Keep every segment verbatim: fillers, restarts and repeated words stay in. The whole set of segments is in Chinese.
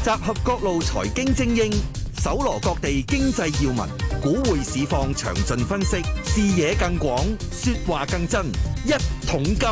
集合各路財經精英，搜羅各地經濟要聞，股匯市況詳盡分析，視野更廣，說話更真。一桶金。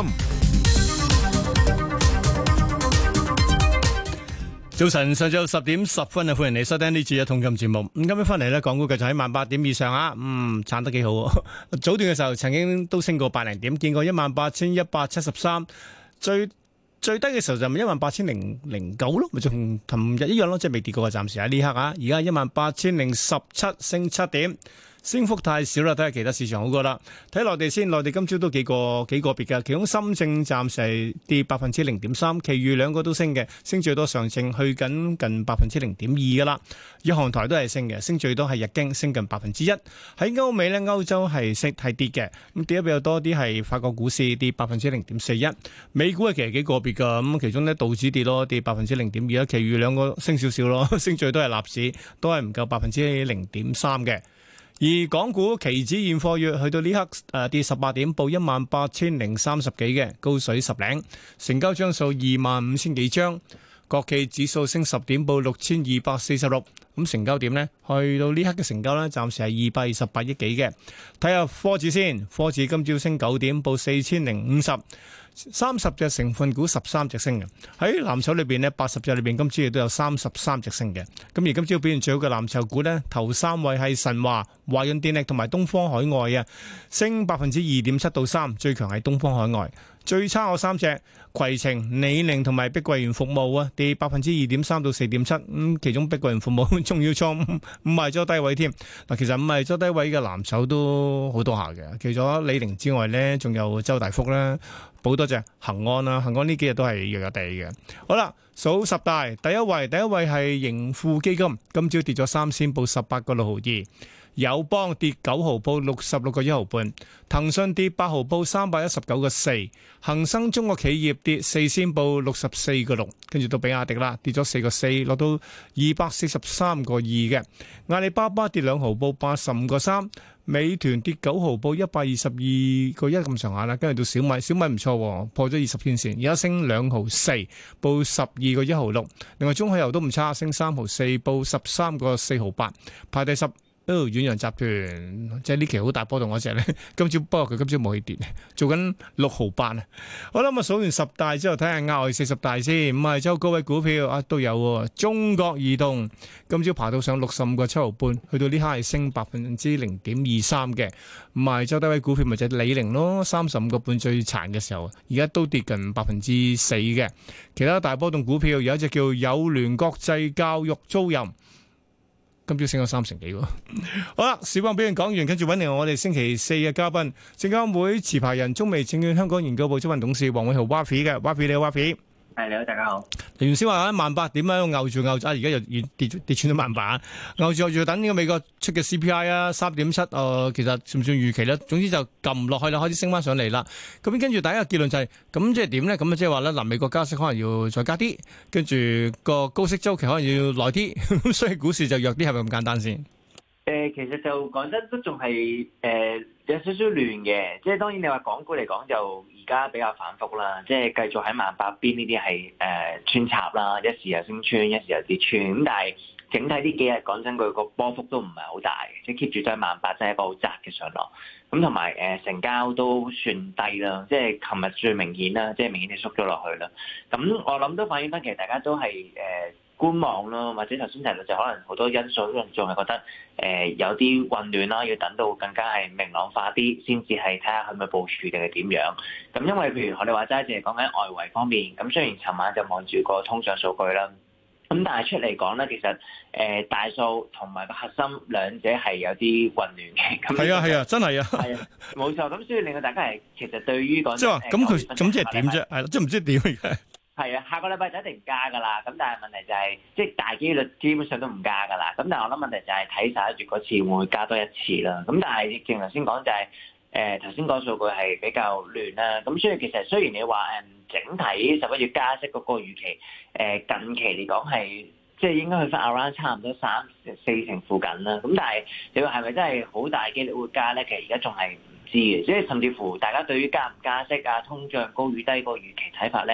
早晨，上晝十點十分啊，歡迎你收聽呢次一桶金節目。咁今日翻嚟咧，港股繼續喺萬八點以上啊，嗯，撐得幾好。早段嘅時候曾經都升過百零點，見過一萬八千一百七十三，最最低嘅時候就咪一萬八千零零九咯，咪就同琴日一樣咯，即係未跌過嘅，暫時喺呢刻啊。而家一萬八千零十七，升七點。升幅太少啦，睇下其他市場好過啦。睇內地先，內地今朝都幾個幾個別嘅，其中深證暫時係跌百分之零點三，其餘兩個都升嘅，升最多上證去緊近百分之零點二噶啦。日韓台都係升嘅，升最多係日經升近百分之一。喺歐美咧，歐洲係升係跌嘅，咁跌得比較多啲係法國股市跌百分之零點四一，美股係其實幾個別噶，咁其中咧道指跌咯，跌百分之零點二啦，其餘兩個升少少咯，升最多係納指，都係唔夠百分之零點三嘅。而港股期指現貨月去到呢刻誒、呃、跌十八點，報一萬八千零三十幾嘅，高水十零，成交張數二萬五千幾張。國企指數升十點，報六千二百四十六。咁成交點呢？去到呢刻嘅成交呢，暫時係二百二十八億幾嘅。睇下科指先，科指今朝升九點，報四千零五十。三十隻成分股，十三隻升嘅。喺藍籌裏邊呢，八十隻裏邊今朝亦都有三十三隻升嘅。咁而今朝表現最好嘅藍籌股呢，頭三位係神華、華潤電力同埋東方海外啊，升百分之二點七到三，最強係東方海外。最差嗰三隻，攜程、李寧同埋碧桂園服務啊，跌百分之二點三到四點七。咁其中碧桂園服務仲要創五賣咗低位添。嗱，其實五賣咗低位嘅藍籌都好多下嘅。除咗李寧之外呢，仲有周大福啦，好多隻恒安啦，恒安呢幾日都係弱弱地嘅。好啦，數十大第一位，第一位係盈富基金，今朝跌咗三仙，報十八個六毫二。友邦跌九毫，報六十六個一毫半。騰訊跌八毫，報三百一十九個四。恒生中國企業跌四仙，報六十四個六。跟住到比亞迪啦，跌咗四個四，落到二百四十三個二嘅。阿里巴巴跌兩毫，報八十五個三。美團跌九毫，報一百二十二個一咁上下啦。跟住到小米，小米唔錯，破咗二十天線，而家升兩毫四，報十二個一毫六。另外中海油都唔差，升三毫四，報十三個四毫八，排第十。哦，遠洋集團即係呢期好大波動嗰隻咧，今朝不過佢今朝冇起跌，做緊六毫八啊！好啦，咁啊數完十大之後，睇下額外四十大先。五十周高位股票啊都有喎，中國移動今朝爬到上六十五個七毫半，去到呢刻係升百分之零點二三嘅。五十周低位股票咪就係李寧咯，三十五個半最殘嘅時候，而家都跌近百分之四嘅。其他大波動股票有一隻叫友聯國際教育租賃。今朝升咗三成幾喎。好啦，市況表現講完，跟住揾嚟我哋星期四嘅嘉賓，證監會持牌人中美證券香港研究部執行董事黃偉豪 Wafi 嘅 Wafi，你好 Wafi。 係，你好，大家好。 原先話喺萬八點喺度拗住拗住，而家又跌跌跌穿咗萬八，拗住拗住等呢個美國出嘅 C P I 啊，三點七，誒，其實算唔算預期咧？總之就撳落去啦，開始升翻上嚟啦。咁跟住第一個結論就係、是，咁即係點咧？咁即係話咧，嗱，美國加息可能要再加啲，跟住個高息週期可能要耐啲，所以股市就弱啲，係咪咁簡單先？誒、 呃，其實就講真都仲係誒有少少亂嘅，即係當然你話港股嚟講就而家比較反覆啦，即係繼續喺萬八邊呢啲係誒穿插啦，一時又升穿，一時又跌穿，咁但係整體呢幾日講真佢個波幅都唔係好大嘅，即係 keep 住都係萬八，即係一個好窄嘅上落，咁同埋誒成交都算低啦，即係琴日最明顯啦，即係明顯地縮咗落去啦，咁我諗都反映翻其實大家都係誒。呃觀望咯，或者頭先提到就可能好多因素，都仲係覺得誒、呃、有啲混亂啦，要等到更加係明朗化啲，先至係睇下係咪部署定係點樣。咁因為譬如我哋話齋，淨係講緊外圍方面，咁雖然尋晚就望住個通脹數據啦，咁但係出嚟講咧，其實誒、呃、大數同埋個核心兩者係有啲混亂嘅。 係啊係啊，真係啊。 係啊，冇錯。咁所以令到大家係其實對於講即係話咁佢咁即係點啫？係咯，即係唔知點而家。 係啊，下個禮拜就一定加㗎啦。咁但係問題就係、是，即係大機率基本上都唔加㗎啦。咁但係我諗問題就係睇十一月嗰次會唔會加多一次啦。咁但係正如頭先講就係、是，誒頭先講數據係比較亂啦。咁所以其實雖然你話誒整體十一月加息嗰個預期，誒、呃、近期嚟講係即係應該去翻 around 差唔多三四成附近啦。咁但係你話係咪真係好大機率會加咧？其實而家仲係唔知嘅，即係甚至乎大家對於加唔加息啊、通脹高與低個預期睇法咧。其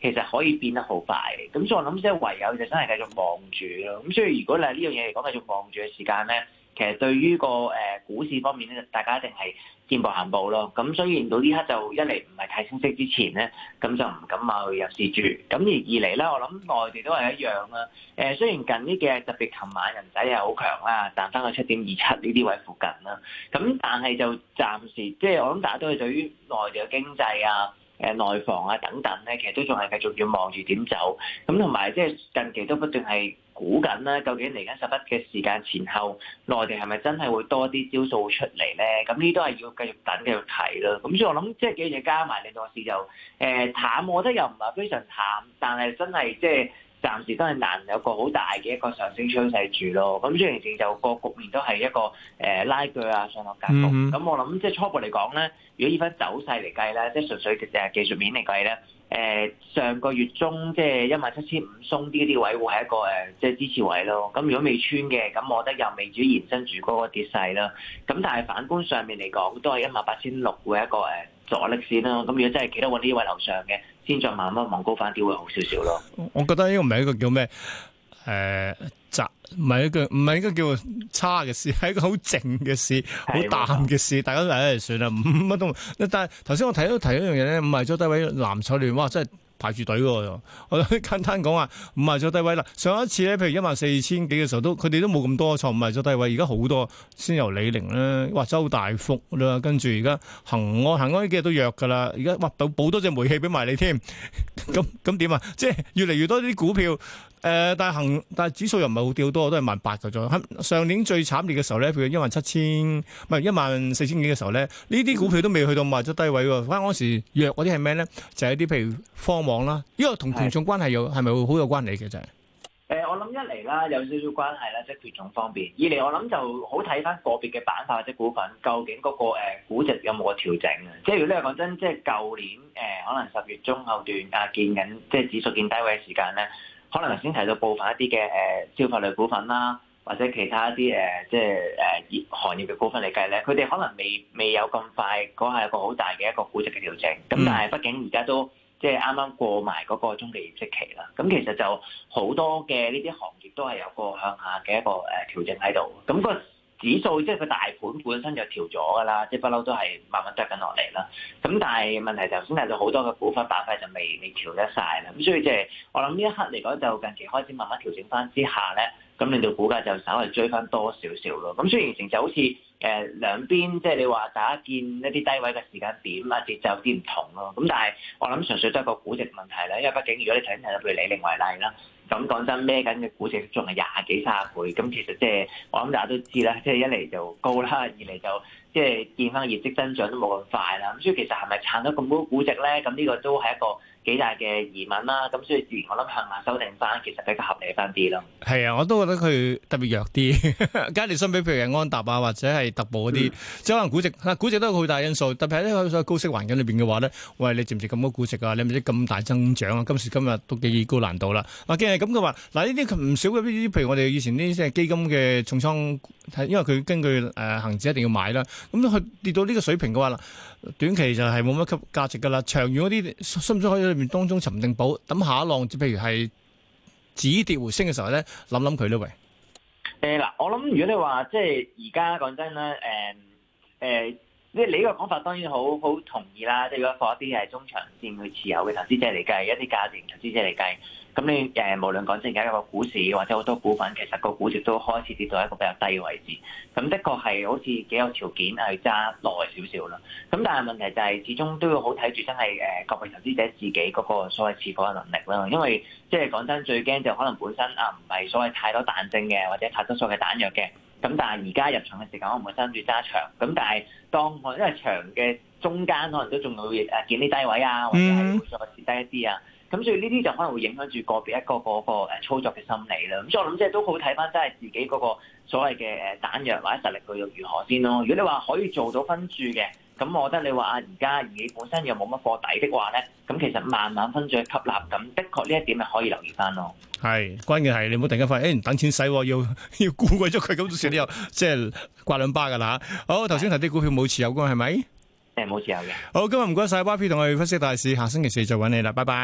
其實可以變得好快嘅。咁所以我諗即係唯有就真係繼續望住咯。咁所以如果你係呢樣嘢嚟講，繼續望住嘅時間咧，其實對於個誒股市方面咧，大家一定係見步行步咯。咁所以到呢刻就一嚟唔係太清晰之前咧，咁就唔敢話去入市住。咁而二嚟咧，我諗內地都係一樣啦。誒雖然近呢幾日特別琴晚人仔係好強啦，彈翻去七點二七呢啲位附近啦。咁但係就暫時即係我諗大家都係對於內地嘅經濟啊、誒內房啊等等咧，其實都仲係繼續要望住點走。咁同埋即係近期都不斷係估緊啦，究竟嚟緊十一嘅時間前後，內地係咪真係會多啲招數出嚟咧？咁呢都係要繼續等、繼續睇咯。咁所以我諗，即係幾樣嘢加埋，令到市就誒、呃、淡，我覺得又唔係非常淡，但係真係即係暫時都係難有個好大嘅一個上升趨勢住咯。咁雖然正就個局面都係一個誒、呃、拉鋸啊上落格局。咁、mm hmm. 我諗即係初步嚟講咧，如果以翻走勢嚟計咧，即係純粹嘅技術面嚟計咧。誒、呃、上個月中即係一萬七千五鬆啲啲位會係一個誒即係支持位咯。咁如果未穿嘅，咁我覺得又未至於延伸住嗰個跌勢啦。咁但係反觀上面嚟講，都係一萬八千六會係一個誒阻力線啦。咁如果真係企得穩呢位樓上嘅，先再慢慢望高翻啲會好少少咯。 我覺得呢個唔係一個叫咩誒窄，唔係一個唔係一個叫差嘅市，係一個好靜嘅市，好淡嘅市。大家都誒算啦，乜都。但係頭先我睇到提一樣嘢咧，五賣咗低位藍籌聯，哇！真係排住隊喎。我簡單講話，五賣咗低位啦。上一次咧，譬如一萬四千幾嘅時候，都佢哋都冇咁多錯，五賣咗低位。而家好多，先由李寧咧，哇！周大福啦，跟住而家恒安，恒安呢幾日都弱㗎啦。而家哇，補補多隻煤氣俾埋你添。咁咁點啊？即係越嚟越多啲股票。誒、呃，但係恒，但係指數又唔係好掉多，都係萬八嘅啫。上年最慘烈嘅時候咧，譬如一萬七千，唔係一萬四千幾嘅時候咧，呢啲股票都未去到賣咗低位喎。翻嗰時弱嗰啲係咩咧？就係、是、啲譬如科網啦，呢個同權重關係有係咪會好有關係嘅啫？誒、 呃，我諗一嚟啦，有少少關係啦，即係權重方面；二嚟我諗就好睇翻個別嘅板塊或者股份，究竟嗰、那個誒估值有冇個調整啊？即係如果你話講真，即係舊年誒、呃、可能十月中後段啊見緊即係指數見低位嘅時間咧。可能頭先提到部分一啲嘅誒消費類股份啦，或者其他一啲誒、呃、即係誒業行業嘅股份嚟計咧，佢哋可能未未有咁快嗰係一個好大嘅一個估值嘅調整。咁但係畢竟而家都即係啱啱過埋嗰個中期業績期啦。咁其實就好多嘅呢啲行業都係有個向下嘅一個誒調整喺度。咁、個指數即係個大盤本身就調咗㗎啦，即係不嬲都係慢慢跌緊落嚟啦。咁但係問題就頭先提到好多嘅股份板塊就未未調得晒啦。咁所以即係我諗呢一刻嚟講，就近期開始慢慢調整翻之下咧，咁令到股價就稍微追翻多少少咯。咁雖然形成就好似誒、呃、兩邊，即係你話大家見一啲低位嘅時間點啊，節奏有啲唔同咯。咁但係我諗純粹都係個估值問題啦。因為畢竟如果你睇睇譬如李寧為例啦。咁講真，孭緊嘅估值仲係廿幾三十倍，咁其實即係我諗大家都知啦，即係一嚟就高啦，二嚟就即係見翻業績增長都冇咁快啦。咁所以其實係咪撐到咁高估值咧？咁呢個都係一個幾大嘅疑問啦。咁所以自然我諗向下修訂翻，其實比較合理翻啲咯。係啊，我都覺得佢特別弱啲。假如相比譬如安踏啊，或者係特步嗰啲，嗯、即係可能估值，估值都係好大因素。特別喺呢個高息環境裏邊嘅話咧，喂，你值唔值咁高估值啊？你咪知咁大增長啊？今時今日都幾高難度啦。啊，既然係咁嘅話，嗱呢啲唔少嘅呢啲，譬如我哋以前呢啲即係基金嘅重倉，因為佢根據誒恆指一定要買啦。咁佢跌到呢個水平嘅話啦，短期就係冇乜吸價值㗎啦。長遠嗰啲，需唔需可以喺裏面當中尋定保，等下一浪，譬如係止跌回升嘅時候咧，諗諗佢咧喂。 誒嗱，我諗如果你話即係而家講真啦，誒、呃、誒，即、呃、係你呢個講法當然好好同意啦。即係如果放一啲係中長線去持有嘅投資者嚟計，一啲價值投資者嚟計。咁你誒無論講真而家一個股市或者好多股份，其實個估值都開始跌到一個比較低嘅位置。咁的確係好似幾有條件去揸耐少少啦。咁但係問題就係始終都要好睇住真係誒各位投資者自己嗰個所謂持貨嘅能力啦。因為即係講真最驚就可能本身啊唔係所謂太多彈性嘅或者太多數嘅彈藥嘅。咁但係而家入場嘅時間可能會跟住揸長。咁但係當我因為長嘅中間可能都仲會誒見啲低位啊，或者係會再蝕低一啲啊。咁所以呢啲就可能會影響住個別一個個個誒操作嘅心理啦。咁所以我諗即係都好睇翻真係自己嗰個所謂嘅誒彈藥或者實力佢又如何先咯。如果你話可以做到分注嘅，咁我覺得你話啊而家自己本身又冇乜貨底的話咧，咁其實慢慢分注去吸納，咁的確呢一點係可以留意翻咯。係， 關鍵係你唔好突然間發現誒唔等錢使，要要沽鬼咗佢，咁到時你又即係刮兩巴㗎啦嚇。好，頭先提啲股票冇持有㗎係咪？ 誒冇持有嘅。 好，今日唔該晒 Y P 同我哋分析大市，下星期四再揾你啦，拜拜。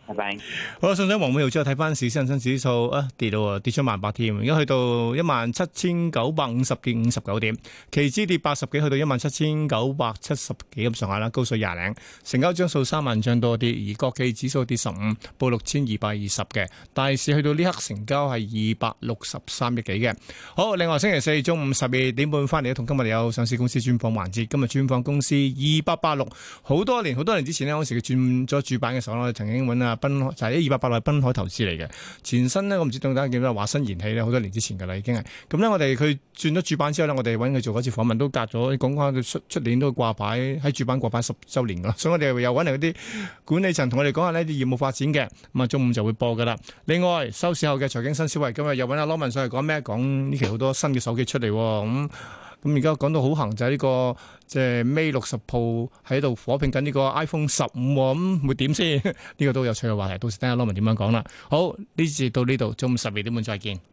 拜拜。 好啦，上咗黃偉豪之後睇翻市，恒生指數啊跌到啊跌咗萬八添，而家去到一萬七千九百五十點五十九點，期指跌八十幾，去到一萬七千九百七十幾咁上下啦，高水廿零，成交張數三萬張多啲，而國企指數跌十五，報六千二百二十嘅，大市去到呢刻成交係二百六十三億幾嘅。好，另外星期四中午十二點半翻嚟，同今日有上市公司專訪環節，今日專訪公司二八八六，好多年好多年之前呢，嗰時佢轉咗主板嘅時候，我哋曾經揾啊濱海就係二八八六係濱海投資嚟嘅，前身呢，我唔知大家記唔記得華新燃氣咧，好多年之前噶啦已經係，咁呢，我哋佢轉咗主板之後呢，我哋揾佢做嗰次訪問都隔咗講講出出年都掛牌喺主板掛牌十週年噶啦，所以我哋又揾嚟嗰啲管理層同我哋講下呢啲業務發展嘅，咁啊中午就會播噶啦。另外收市後嘅財經新思維，今日又揾阿羅文上嚟講咩？講呢期好多新嘅手機出嚟，咁咁而家講到好行就係呢個即係 Mate 六十 Pro 喺度火拼緊呢個 iPhone 十五，咁會點先？呢個都有趣嘅話題，到時聽下羅文點樣講啦。好，呢節到呢度，中午十二點半再見。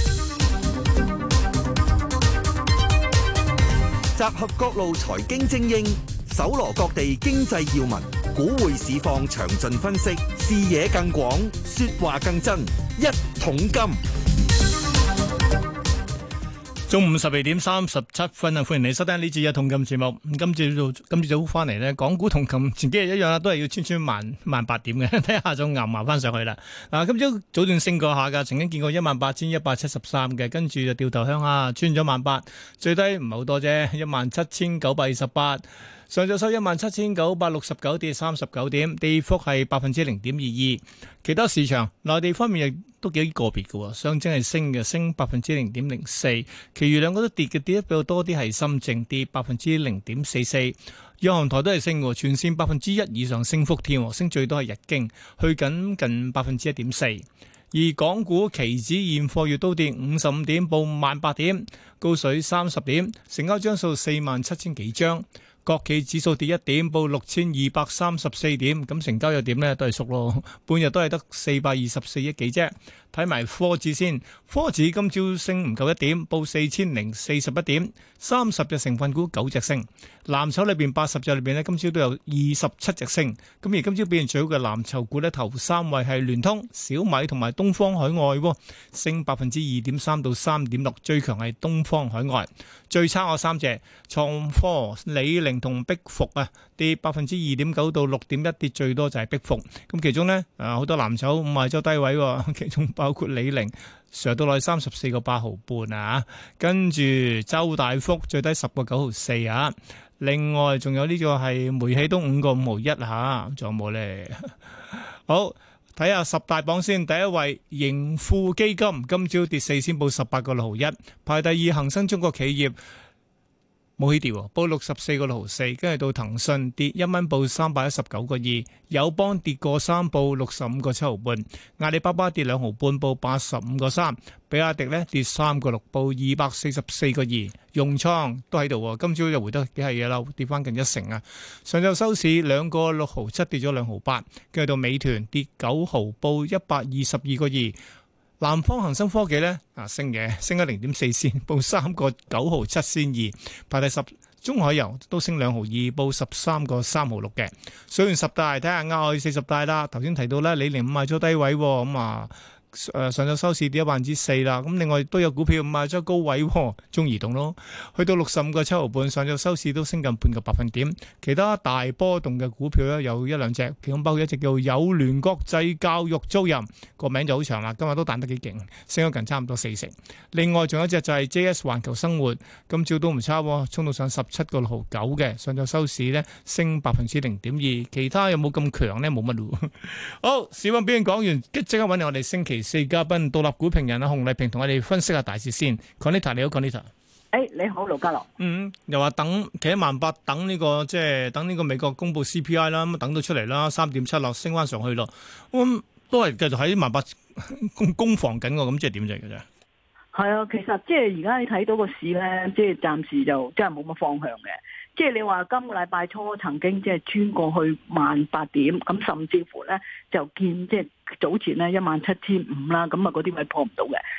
集合各路財經精英，搜羅各地經濟要聞，股匯市況詳盡分析，視野更廣，說話更真。一桶金， 中午十二點三十七分啊！歡迎你收聽呢節一桶金節目。今朝早今朝早翻嚟呢，港股同琴前幾日一樣啦，都係要穿穿萬萬八點嘅，睇下就岩埋翻上去啦。嗱，今朝早段升過下噶，曾經見過一萬八千一百七十三嘅，跟住就掉頭向下穿咗萬八，最低唔係好多啫，一萬七千九百二十八。上晝收一萬七千九百六十九，跌三十九點，跌幅係百分之零點二二。其他市場內地方面亦都幾個別嘅，上證係升嘅，升百分之零點零四，其餘兩個都跌嘅，跌得比較多啲係深證跌百分之零點四四。日韓台都係升，全線百分之一以上升幅添，升最多係日經，去緊近百分之一點四。而港股期指現貨月都跌五十五點，報萬八點，高水三十點，成交張數四萬七千幾張。國企指數跌一點，報六千二百三十四點，咁成交又點呢？都係縮咯，半日都係得四百二十四億幾啫。睇埋科指先，科指今朝升唔夠一點，報四千零四十一點，三十隻成分股九隻升，藍籌裏邊八十隻裏邊呢，今朝都有二十七隻升。咁而今朝表現最好嘅藍籌股呢，頭三位係聯通、小米同埋東方海外，升百分之二點三到三點六，最強係東方海外。最差我三隻創科、李寧同碧服啊，跌百分之二點九到六點一，跌最多就係碧服。咁其中呢，誒好多藍籌五賣咗低位，其中包括李寧上到來三十四個八毫半啊，跟住周大福最低十個九毫四啊，另外仲有呢個係煤氣都五個五毫一嚇，仲有冇咧？好，睇下十大榜先，第一位盈富基金今朝跌四仙，報十八個六毫一，排第二恒生中國企業。冇起跌，報六十四個六毫四，跟住到騰訊跌一蚊，報三百一十九個二，友邦跌過三，報六十五個七毫半，阿里巴巴跌兩毫半，報八十五個三，比亞迪呢跌三個六，報二百四十四個二，融創都喺度，今朝又回得幾係嘢啦，跌翻近一成啊！上晝收市兩個六毫七，跌咗兩毫八，跟住到美團跌九毫，報一百二十二個二。南方恒生科技咧啊升嘅，升咗零點四仙，報三個九毫七仙二，排第十。中海油都升兩毫二，報十三個三毫六嘅。數完十大，睇下額外四十大啦。頭先提到咧，李寧賣咗低位，咁啊誒上晝收市跌咗百分之四啦。咁另外都有股票賣咗高位，中移動咯，去到六十五個七毫半，上晝收市都升近半個百分點。其他大波動嘅股票咧有一兩隻，其中包括一隻叫友聯國際教育租賃，個名就好長啦，今日都彈得幾勁，升咗近差唔多四成。另外仲有一隻就係 J S 環球生活，今朝都唔差，衝到上十七個六毫九嘅，上晝收市咧升百分之零點二。其他有冇咁強咧？冇乜咯。好，市況表現講完，即刻揾嚟我哋星期四嘉賓獨立股評人啊洪麗萍同我哋分析下大市先。Conita 你好 Conita。 誒，你好，盧家樂。 嗯，又話等企喺萬八等呢個即係等呢個美國公布 C P I 啦，咁等到出嚟啦，三點七落升翻上去咯。咁都係繼續喺萬八攻攻防緊喎，咁即係點啫？嘅啫。 係啊，其實即係而家你睇到個市咧，即係暫時就真係冇乜方向嘅。即係你話今個禮拜初曾經即係穿過去萬八點，咁甚至乎咧就見即係早前咧一萬七千五啦，咁啊嗰啲位破唔到嘅。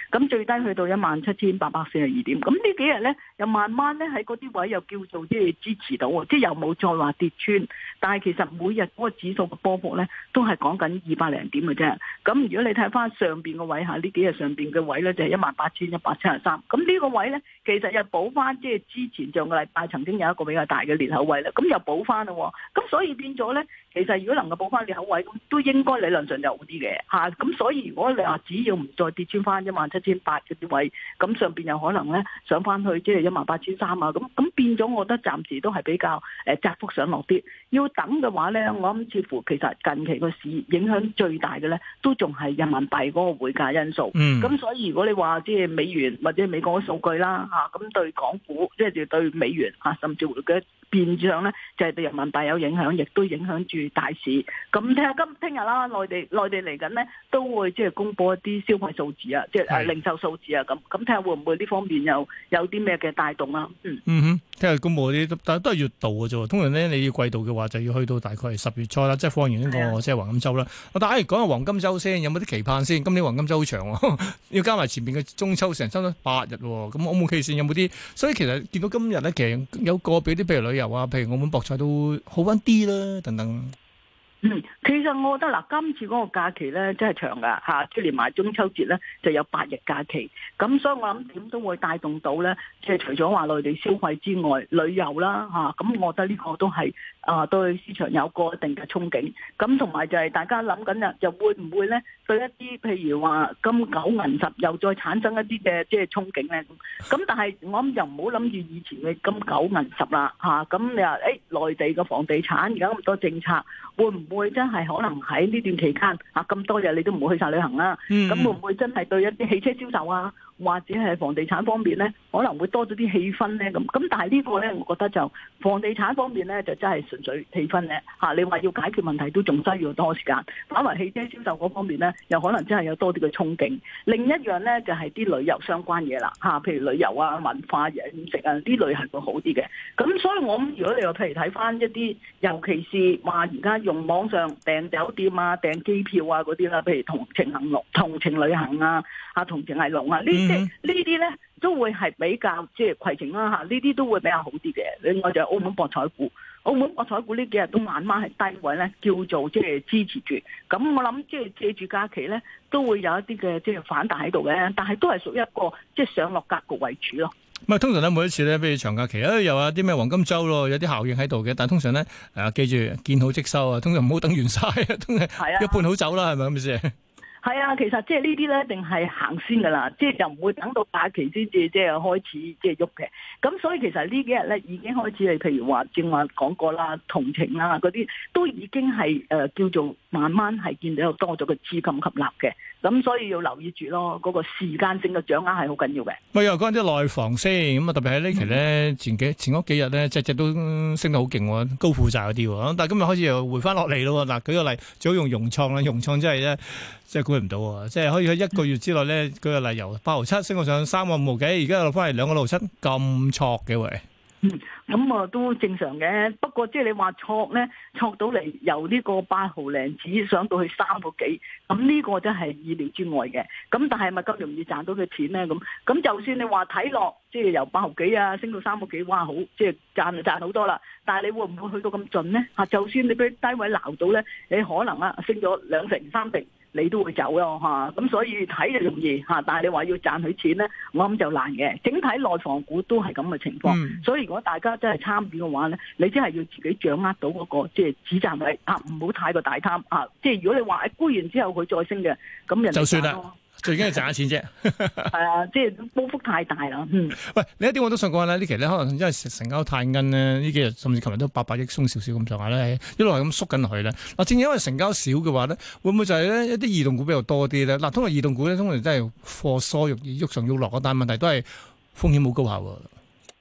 咁最低去到一萬七千八百四十二點。咁呢幾日咧又慢慢咧喺嗰啲位又叫做即係支持到喎，即係又冇再話跌穿。但係其實每日嗰個指數嘅波幅咧都係講緊二百零點嘅啫。咁如果你睇翻上邊個位下，呢幾日上邊嘅位咧就係一萬八千一百七十三。咁呢個位咧其實又補翻即係之前上個禮拜曾經有一個比較大嘅裂口位啦。咁又補翻咯。咁所以變咗咧，其實如果能夠補翻裂口位，咁都應該理論上就好啲嘅嚇。咁所以如果你話只要唔再跌穿翻一萬七千八嗰啲位，咁上邊有可能咧上翻去即係一萬八千三啊。咁咁變咗，我覺得暫時都係比較誒窄幅上落啲。要等嘅話咧，我諗似乎其實近期個市影響最大嘅咧，都仲係人民幣嗰個匯價因素。咁、嗯、所以如果你話即係美元或者美國嘅數據啦嚇，咁對港股即係就對美元嚇，甚至乎嘅變相咧就係對人民幣有影響，亦都影響住大市。咁睇下今聽日啦，內地內地嚟緊咧都會即係公布一啲消費數字啊，即係誒零售數字啊，咁咁睇下會唔會呢方面又有啲咩嘅帶動啦。嗯嗯哼， 聽日公布啲，但係都係月度嘅啫。通常咧你要季度嘅話，就要去到大概係十月初啦，即係放完呢、這個的即係黃金週啦。我但係講下黃金週先，有冇啲期盼先？今年黃金週好長喎，要加埋前面嘅中秋成收咗八日喎，咁 O 唔 OK 先？有冇啲？所以其實見到今日咧，其實有個別啲譬如旅遊啊，譬如澳門博彩都好翻啲啦，等等。 嗯，其實我覺得嗱，今次嗰個假期咧真係長噶嚇，即係連埋中秋節咧就有八日假期，咁所以我諗點都會帶動到咧，即係除咗話內地消費之外，旅遊啦嚇，咁我覺得呢個都係啊對市場有個一定嘅憧憬，咁同埋就係大家諗緊啊，就會唔會咧對一啲譬如話金九銀十又再產生一啲嘅即係憧憬咧？咁但係我諗又唔好諗住以前嘅金九銀十啦嚇，咁你話誒內地嘅房地產而家咁多政策，會唔會真係可能喺呢段期間啊咁多日你都唔會去晒旅行啦？咁、嗯、會唔會真係對一啲汽車銷售啊，或者係房地產方面咧，可能會多咗啲氣氛咧？咁咁但係呢個咧，我覺得就房地產方面咧，就真係純粹氣氛咧嚇。你話要解決問題都仲需要多時間。反為汽車銷售嗰方面咧，又可能真係有多啲嘅憧憬。另一樣咧就係、是、啲旅遊相關嘢啦嚇，譬如旅遊啊、文化、飲食啊啲旅行會好啲嘅。咁所以我諗，如果你話譬如睇翻一啲，尤其是話而家用網上訂酒店啊、訂機票啊嗰啲啦，譬如同程行龍、同程旅行啊、啊同程藝龍啊，呢啲呢啲咧都會係比較即係攜程啦嚇，呢啲都會比較好啲嘅。另外就係澳門博彩股，澳門博彩股呢幾日都慢慢係低位咧，叫做即係支持住。咁我諗即係借住假期咧，都會有一啲嘅即係反彈喺度嘅，但係都係屬於一個即係上落格局為主咯。 唔係通常咧，每一次咧，譬如長假期，誒、哎、又有啲咩黃金週咯，有啲效應喺度嘅。但係通常咧，誒、啊、記住見好即收啊，通常唔好等完晒啊，通常一半好走啦，係咪咁意思？ 係啊，其實即係呢啲咧，一定係行先噶啦，即係就唔會等到假期先至即係開始即係喐嘅。咁所以其實呢幾日咧已經開始，你譬如話正話講過啦，同情啦嗰啲都已經係誒、呃、叫做慢慢係見到有多咗個資金吸納嘅。咁所以要留意住咯，嗰、那個時間性嘅掌握係好緊要嘅。 喂，又講啲內房先，咁啊特別喺呢期咧，前幾前嗰幾日咧，隻隻都升得好勁喎，高負債嗰啲喎。但係今日開始又回翻落嚟咯。嗱，舉個例，最好用融創啦，融創真係咧，真係估唔到喎，即係可以喺一個月之內咧，舉個例由八毫七升到上三個五毫幾，而家落翻嚟兩個六毫七，咁挫嘅喂。 嗯，咁啊都正常嘅，不過即係你話挫咧，挫到嚟由呢個八毫零紙上到去三個幾，咁呢個真係意料之外嘅。咁但係咪咁容易賺到嘅錢咧？咁咁就算你話睇落，即係由八毫幾啊升到三個幾，哇好，即係賺就賺好多啦。但係你會唔會去到咁盡咧？嚇，就算你俾低位撈到咧，你可能啊升咗兩成三成。你都會走咯嚇，咁所以睇就容易嚇，但係你話要賺佢錢咧，我諗就難嘅。整體內房股都係咁嘅情況，嗯、所以如果大家真係參與嘅話咧，你真係要自己掌握到嗰、那個即係止賺位啊，唔好太過大貪啊。即係如果你話沽完之後佢再升嘅，咁人就算啦。 最緊要賺錢啫， 係啊，即係波幅太大啦。嗯， 喂，另一點我都想講下咧，呢期咧可能因為成交太奀咧，呢幾日甚至琴日都八百億鬆少少咁上下咧，一路係咁縮緊落去咧。嗱，正因為成交少嘅話咧，會唔會就係咧一啲異動股比較多啲咧？嗱，通常異動股咧，通常都係貨疏容易喐上喐落，但係問題都係風險好高下喎。 係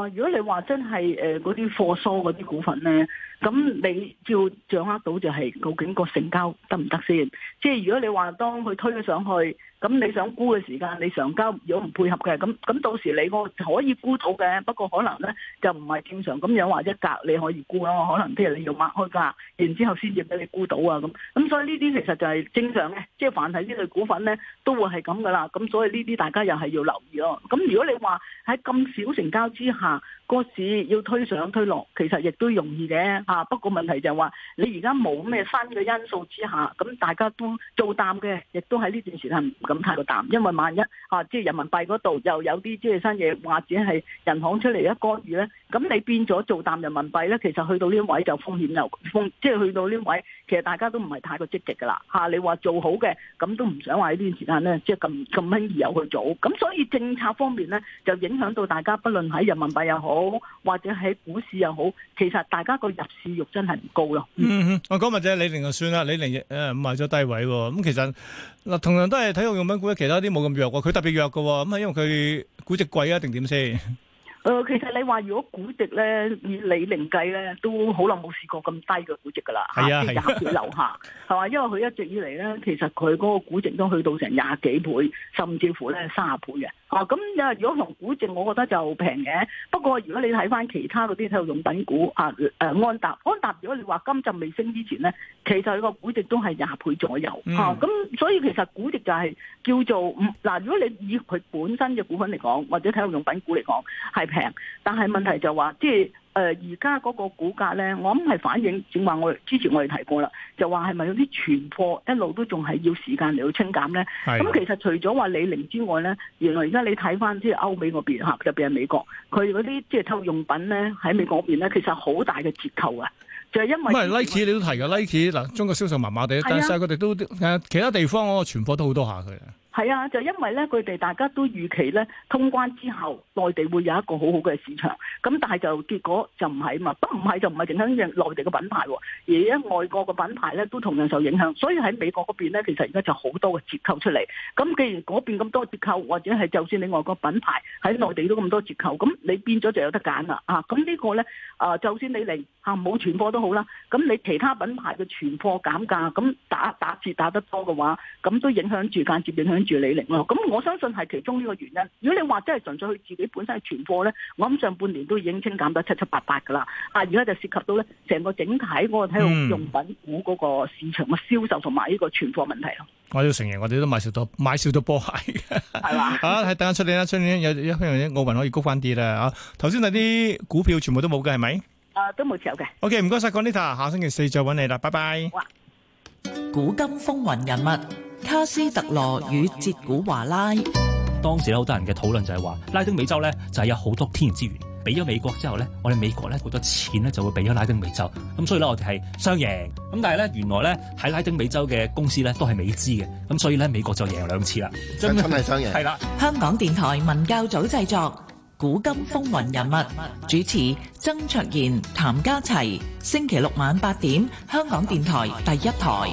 啊，如果你話真係誒嗰啲貨疏嗰啲股份咧，咁你要掌握到就係究竟個成交得唔得先？即係如果你話當佢推咗上去，咁你想沽嘅時間，你上交如果唔配合嘅，咁咁到時你個可以沽到嘅，不過可能咧就唔係正常咁樣或者格你可以沽咯，可能即係你要擘開價，然之後先至俾你沽到啊咁。咁所以呢啲其實就係正常嘅，即係凡係呢類股份咧都會係咁噶啦。咁所以呢啲大家又係要留意咯。咁如果你話喺咁少成交之下，個市要推上推落，其實亦都容易嘅嚇。不過問題就係話你而家冇咩新嘅因素之下，咁大家都做淡嘅，亦都喺呢段時間唔咁太過淡，因為萬一啊，即係人民幣嗰度又有啲即係新嘢，或者係人行出嚟一干預咧，咁你變咗做淡人民幣咧，其實去到呢位就風險又風，即係去到呢位，其實大家都唔係太過積極噶啦嚇。你話做好嘅，咁都唔想話喺呢段時間咧，即係咁咁輕易又去做。咁所以政策方面咧，就影響到大家，不論喺人民幣又好，或者喺股市又好，其實大家個入市欲真係唔高咯。 嗯哼，我講或者李寧就算啦，李寧誒賣咗低位喎，咁其實嗱同樣都係體育用品股，其他啲冇咁弱喎，佢特別弱嘅喎，咁係因為佢估值貴啊定點先？ 誒、呃，其實你話如果估值咧，以李寧計咧，都好耐冇試過咁低嘅估值噶啦， 係啊， 即係廿倍樓下，係嘛？因為佢一直以嚟咧，其實佢嗰個估值都去到成廿幾倍，甚至乎咧三十倍嘅。啊，咁啊，如果同估值，我覺得就平嘅。不過如果你睇翻其他嗰啲體育用品股啊，誒、呃、安踏，安踏如果你話今陣未升之前咧，其實佢個估值都係廿倍左右。嗯、啊，咁所以其實估值就係叫做唔嗱、呃，如果你以佢本身嘅股份嚟講，或者體育用品股嚟講係平，但係問題就話即係。誒而家嗰個股價咧，我諗係反映正話我之前我哋提過啦，就話係咪有啲存貨一路都仲係要時間嚟到清減咧？咁的其實除咗話李寧之外咧，原來而家你睇翻即係歐美嗰邊嚇，特別係美國，佢嗰啲即係體育用品咧喺美國嗰邊咧，其實好大嘅折扣啊！就係、是、因為唔係 Nike 你都提㗎 Nike 嗱，中國銷售麻麻地，的但係佢哋都誒其他地方嗰個存貨都好多下佢。 係啊，就因為咧，佢哋大家都預期咧，通關之後，內地會有一個好好嘅市場。咁但係就結果就唔係嘛，不唔係就唔係淨係內地嘅品牌，而家外國嘅品牌咧都同樣受影響。所以喺美國嗰邊咧，其實而家就好多嘅折扣出嚟。咁既然嗰邊咁多折扣，或者係就算你外國品牌喺內地都咁多折扣，咁你變咗就有得揀啦。啊，咁呢個咧啊，就算你嚟嚇冇存貨都好啦，咁你其他品牌嘅存貨減價，咁打打折打得多嘅話，咁都影響住間接影響住李寧咯，咁我相信係其中呢個原因。如果你話真係純粹佢自己本身係存貨咧，我諗上半年都已經清減得七七八八噶啦。啊，而家就涉及到咧成個整體嗰個體育用品股嗰個市場嘅銷售同埋呢個存貨問題咯。 我要承認，我哋都買少咗買少咗波鞋係嘛？啊，係等下出年啦，出年有一樣嘢奧運可以谷翻啲啦。啊，頭先嗰啲股票全部都冇嘅係咪？ 啊，都冇持有嘅。 OK，唔該晒 Conita，下星期四再揾你啦，拜拜。 哇古今風雲人物。卡斯特羅與哲古華拉， 當時咧好多人嘅討論就係話，拉丁美洲咧就係有好多天然資源，俾咗美國之後咧，我哋美國咧好多錢咧就會俾咗拉丁美洲，咁所以咧我哋係雙贏。咁但係咧原來咧喺拉丁美洲嘅公司咧都係美資嘅，咁所以咧美國就贏兩次啦， 真係雙贏。 係啦， 香港電台文教組製作《古今風雲人物》，主持曾卓賢、譚家齊，星期六晚八點，香港電台第一台。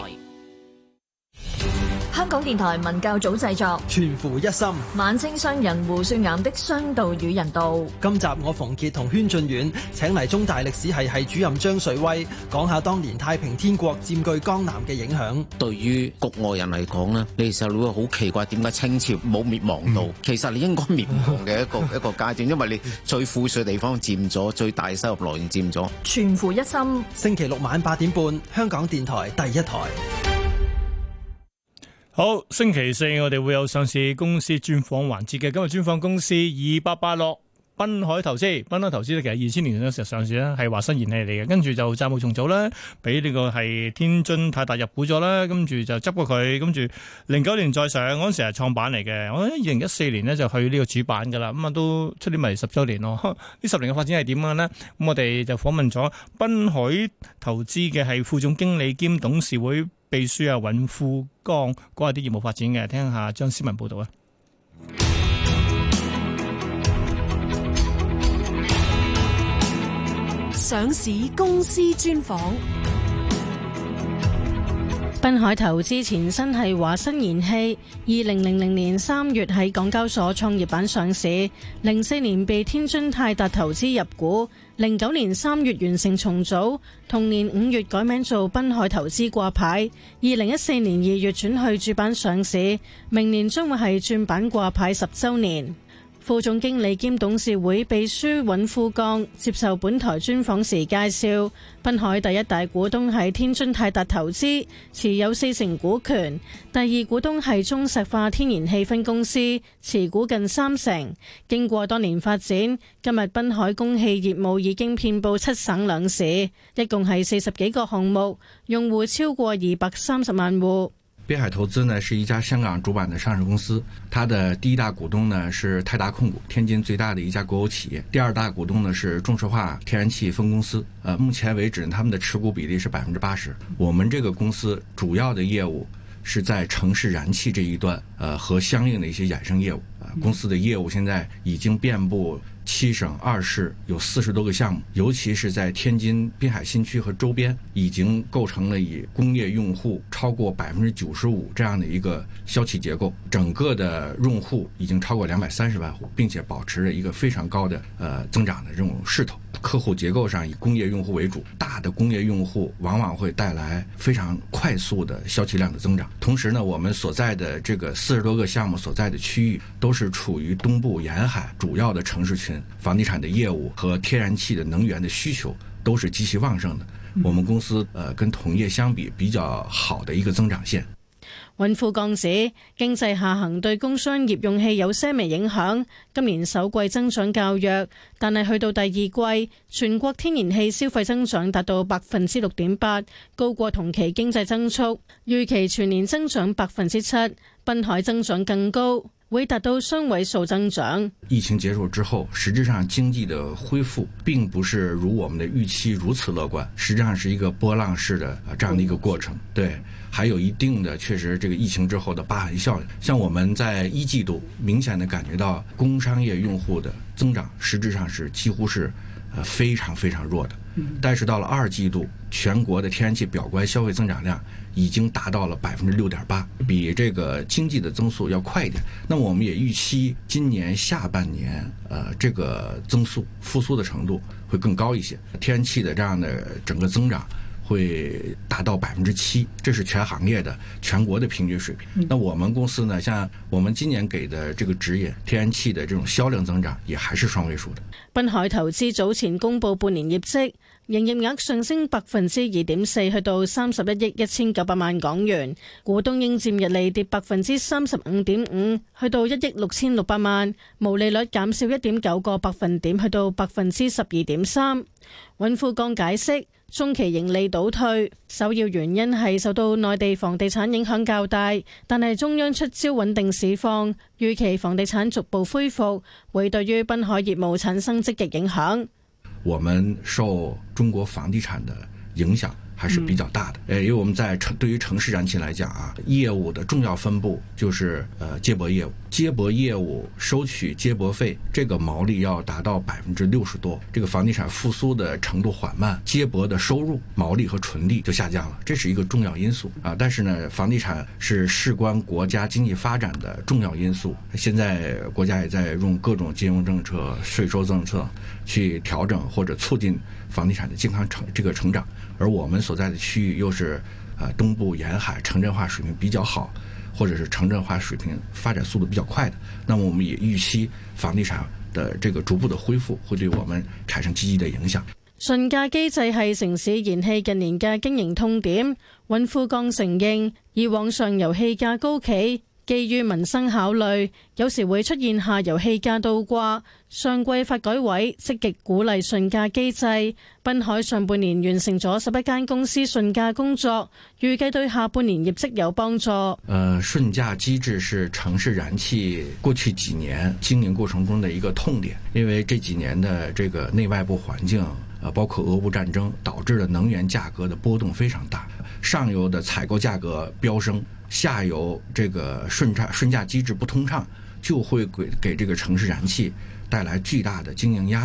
香港電台文教組製作， 全乎一心。 晚清商人胡雪岩的商道與人道。 今集我馮傑同軒俊遠請嚟中大歷史系系主任張瑞威，講下當年太平天國佔據江南嘅影響。 對於局外人嚟講呢，你其實會好奇怪，點解清朝冇滅亡到？嗯、其實你應該滅亡嘅一個一個階段，因為你最富庶嘅地方佔咗，最大收入來源佔咗。 全乎一心。 星期六晚八點半，香港電台第一台。 好，星期四我哋會有上市公司專訪環節嘅。今日專訪公司二八八六濱海投資，濱海投資咧其實二千年嗰時候上市啦，係華新燃氣嚟嘅，跟住就債務重組啦，俾呢個係天津泰達入股咗啦，跟住就執過佢，跟住零九年再上，嗰陣時係創板嚟嘅，我覺得二零一四年呢就去呢個主板噶啦，咁啊都出年咪十週年咯，呢十年嘅發展係點樣呢？咁我哋就訪問咗濱海投資嘅係副總經理兼董事會秘書啊尹富江，講下啲業務發展嘅，聽下張思文報道啊。 上市公司專訪。 濱海投資前身係華新燃氣，二零零零年三月喺港交所創業板上市，零四年被天津泰達投資入股，零九年三月完成重組，同年五月改名做濱海投資掛牌，二零一四年二月轉去主板上市，明年將會係轉板掛牌十週年。副總經理兼董事會秘書尹富鋼接受本台專訪時介紹，濱海第一大股東係天津泰達投資，持有四成股權；第二股東係中石化天然氣分公司，持股近三成。經過多年發展，今日濱海供氣業務已經遍佈七省兩市，一共係四十幾個項目，用戶超過二百三十萬戶。 濱海投資呢是一家香港主板的上市公司，它的第一大股東呢是泰達控股，天津最大的一家國有企業。第二大股東呢是中石化天然氣分公司，呃，目前為止他們的持股比例是百分之八十。我們這個公司主要的業務是在城市燃氣這一端，呃，和相應的一些衍生業務。呃，公司的業務現在已經遍佈七省二市，有四十多個項目，尤其是在天津濱海新區和周邊，已經構成了以工業用戶超過百分之九十五這樣的一個消企結構，整個的用戶已經超過兩百三十萬戶，並且保持着一個非常高的呃增長的這種勢頭。客戶結構上以工業用戶為主，大的工業用戶往往會帶來非常快速的消氣量的增長。同時呢，我們所在的這個四十多個項目所在的區域都是處於東部沿海主要的城市群，房地產的業務和天然氣的能源的需求都是極其旺盛的。我們公司呃跟同業相比比較好的一個增長線。 尹富鋼指經濟下行對工商業用氣有些微影響，今年首季增長較弱，但係去到第二季，全國天然氣消費增長達到百分之六點八，高過同期經濟增速，預期全年增長百分之七，濱海增長更高，會達到雙位數增長。 疫情結束之後，實質上經濟的恢復並不是如我們的預期如此樂觀，實際上是一個波浪式的這樣的一個過程。對，還有一定的確實這個疫情之後的疤痕效應。像我們在一季度明顯的感覺到工商業用戶的增長實質上是幾乎是呃非常非常弱的，但是到了二季度，全國的天然氣表觀消費增長量已經達到了百分之六點八，比這個經濟的增速要快一點。那麼我們也預期今年下半年，呃，這個增速復甦的程度會更高一些，天然氣的這樣的整個增長會達到百分之七，這是全行業的全國的平均水平。那我們公司呢，像我們今年給的這個指引，天然氣的這種銷量增長也還是雙位數的。 濱海投資早前公布半年業績，營業額上升百分之二點四，去到三十一億一千九百萬港元，股東應佔溢利跌百分之三十五點五，去到一億六千六百萬，毛利率減少一點九個百分點，去到百分之十二點三。尹富鋼解釋，中期盈利倒退，首要原因係受到內地房地產影響較大，但係中央出招穩定市況，預期房地產逐步恢復，會對於濱海業務產生積極影響。 我們受中國房地產的影響還是比較大的，誒，因為我們在城對於城市燃氣來講啊，業務的重要分布就是呃接駁業務，接駁業務收取接駁費，這個毛利要達到百分之六十多。這個房地產復甦的程度緩慢，接駁的收入毛利和純利就下降了，這是一個重要因素啊。但是呢，房地產是事關國家經濟發展的重要因素，現在國家也在用各種金融政策、稅收政策去調整或者促進房地產的健康成這個成長。而我們所在的區域又是呃東部沿海城鎮化水平比較好，或者是城鎮化水平發展速度比較快的，那麼我們也預期房地產的這個逐步的恢復會對我們產生積極的影響。 順價機制係城市燃氣近年嘅經營痛點，尹富鋼承認以往上游氣價高企，基於民生考慮，有時會出現下游氣價倒掛。上季發改委積極鼓勵順價機制，濱海上半年完成咗十一間公司順價工作，預計對下半年業績有幫助。 呃，順價機制是城市燃氣過去幾年經營過程中的一個痛點，因為這幾年的這個內外部環境，呃，包括俄烏戰爭，導致了能源價格的波動非常大，上游的採購價格飆升，下游這個順價順價機制不通暢，就會給給這個城市燃氣帶來巨大的經營壓力。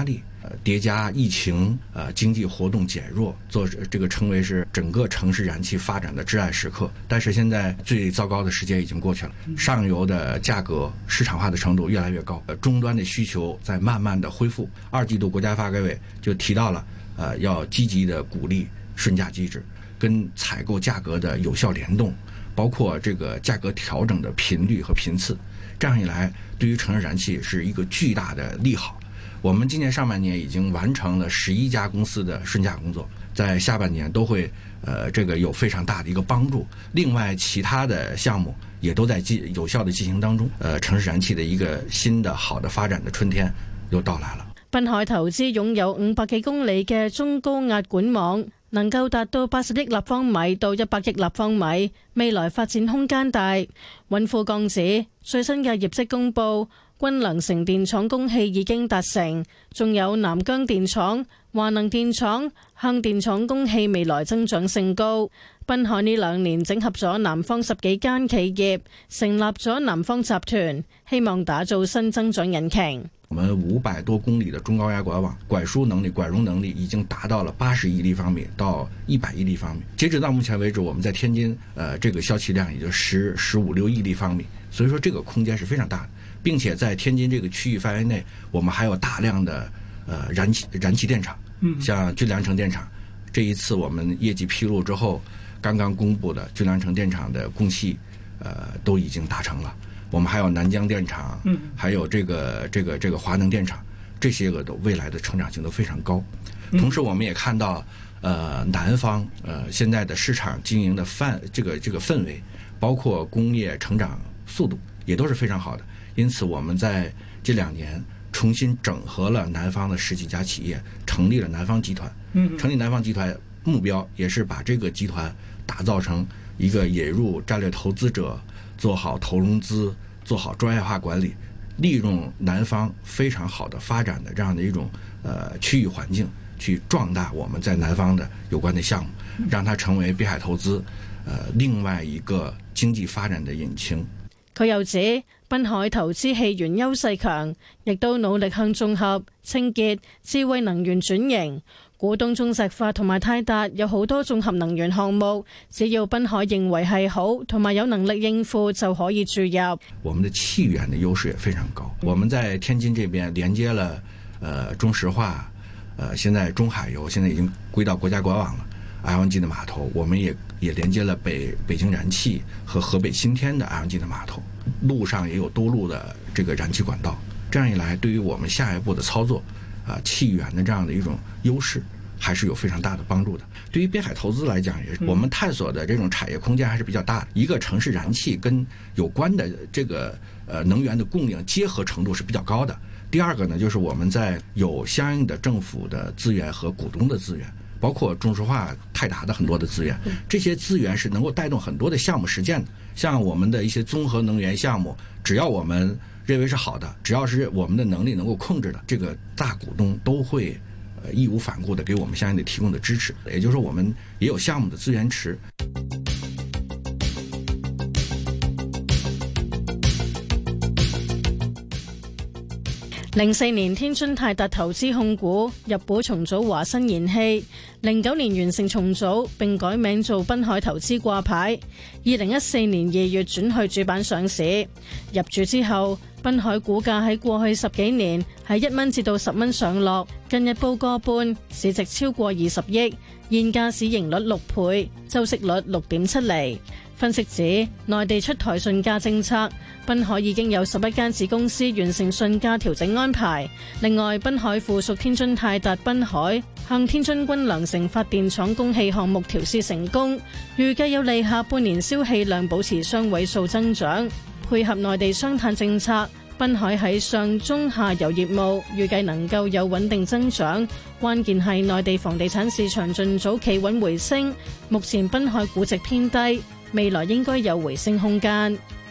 呃叠加疫情，呃经济活动减弱，做这个称为是整个城市燃气发展的至暗时刻。但是现在最糟糕的时间已经过去了，上游的价格市场化的程度越来越高，呃终端的需求在慢慢的恢复。二季度国家发改委就提到了，呃要积极的鼓励顺价机制，跟采购价格的有效联动，包括这个价格调整的频率和频次。这样一来，对于城市燃气是一个巨大的利好。我们今年上半年已经完成了十一家公司的顺价工作，在下半年都会呃这个有非常大的一个帮助。另外，其他的项目也都在进有效的进行当中。呃，城市燃气的一个新的好的发展的春天又到来了。 濱海投資擁有五百幾公里嘅中高壓管網，能夠達到八十億立方米到一百億立方米，未來發展空間大。尹富鋼指最新嘅業績公佈，軍糧城電廠供氣已經達成，仲有南疆電廠、華能電廠、向電廠供氣未來增長性高。濱海呢兩年整合咗南方十幾間企業，成立咗南方集團，希望打造新增長引擎。 我们五百多公里的中高压管网管输能力、管容能力已经达到了八十亿立方米到一百亿立方米。截止到目前为止，我们在天津呃这个销气量也就十十五六亿立方米，所以说这个空间是非常大的，并且在天津这个区域范围内，我们还有大量的呃燃气燃气电厂，嗯，像军粮城电厂，这一次我们业绩披露之后，刚刚公布的军粮城电厂的供气呃都已经达成了。我们还有南疆电厂，嗯，还有这个这个这个华能电厂，这些个都未来的成长性都非常高。同时，我们也看到，呃，南方呃现在的市场经营的范这个这个氛围，包括工业成长速度也都是非常好的。因此，我们在这两年重新整合了南方的十几家企业，成立了南方集团。嗯，成立南方集团目标也是把这个集团打造成一个引入战略投资者，做好投融资。做好专业化管理，利用南方非常好的发展的这样的一种呃区域环境，去壮大我们在南方的有关的项目，让它成為碧海投資呃另外一個經濟發展的引擎。 佢又指，濱海投資氣源優勢強，亦都努力向綜合、清潔、智慧能源轉型。股東中石化同埋泰達有好多綜合能源項目，只要濱海認為係好同埋有能力應付就可以注入。 我們的氣源的優勢也非常高。我們在天津這邊連接了呃中石化，呃現在中海油現在已經歸到國家管網了 ，L N G 的碼頭，我們也也連接了北北京燃氣和河北新天的 L N G 的碼頭，路上也有多路的這個燃氣管道。這樣一來，對於我們下一步的操作，啊、呃、氣源的這樣的一種優勢。還是有非常大的幫助的。對於北海投資來講，也我們探索的這種產業空間還是比較大的。一個城市燃氣跟有關的這個呃能源的供應結合程度是比較高的。第二個呢，就是我們在有相應的政府的資源和股東的資源，包括中石化、泰達的很多的資源，這些資源是能夠帶動很多的項目實踐的。像我們的一些綜合能源項目，只要我們認為是好的，只要是我們的能力能夠控制的，這個大股東都會義無反顧的給我們相應的提供的支持，也就是說我們也有項目的資源池。 零四年天津泰達投資控股入股重組華新燃氣，零九年完成重組並改名做濱海投資掛牌，二零一四年二月轉去主板上市。入主之後，濱海股價喺過去十幾年喺一蚊至到十蚊上落，近日報個半，市值超過二十億，現價市盈率六倍，周息率六點七厘。分析指，內地出台順價政策，濱海已經有十一間子公司完成順價調整安排。另外，濱海附屬天津泰達濱海向天津軍糧城發電廠供氣項目調試成功，預計有利下半年銷氣量保持雙位數增長。配合內地雙碳政策，濱海喺上中下游業務預計能夠有穩定增長，關鍵係內地房地產市場盡早企穩回升。目前濱海估值偏低，未來應該有回升空間。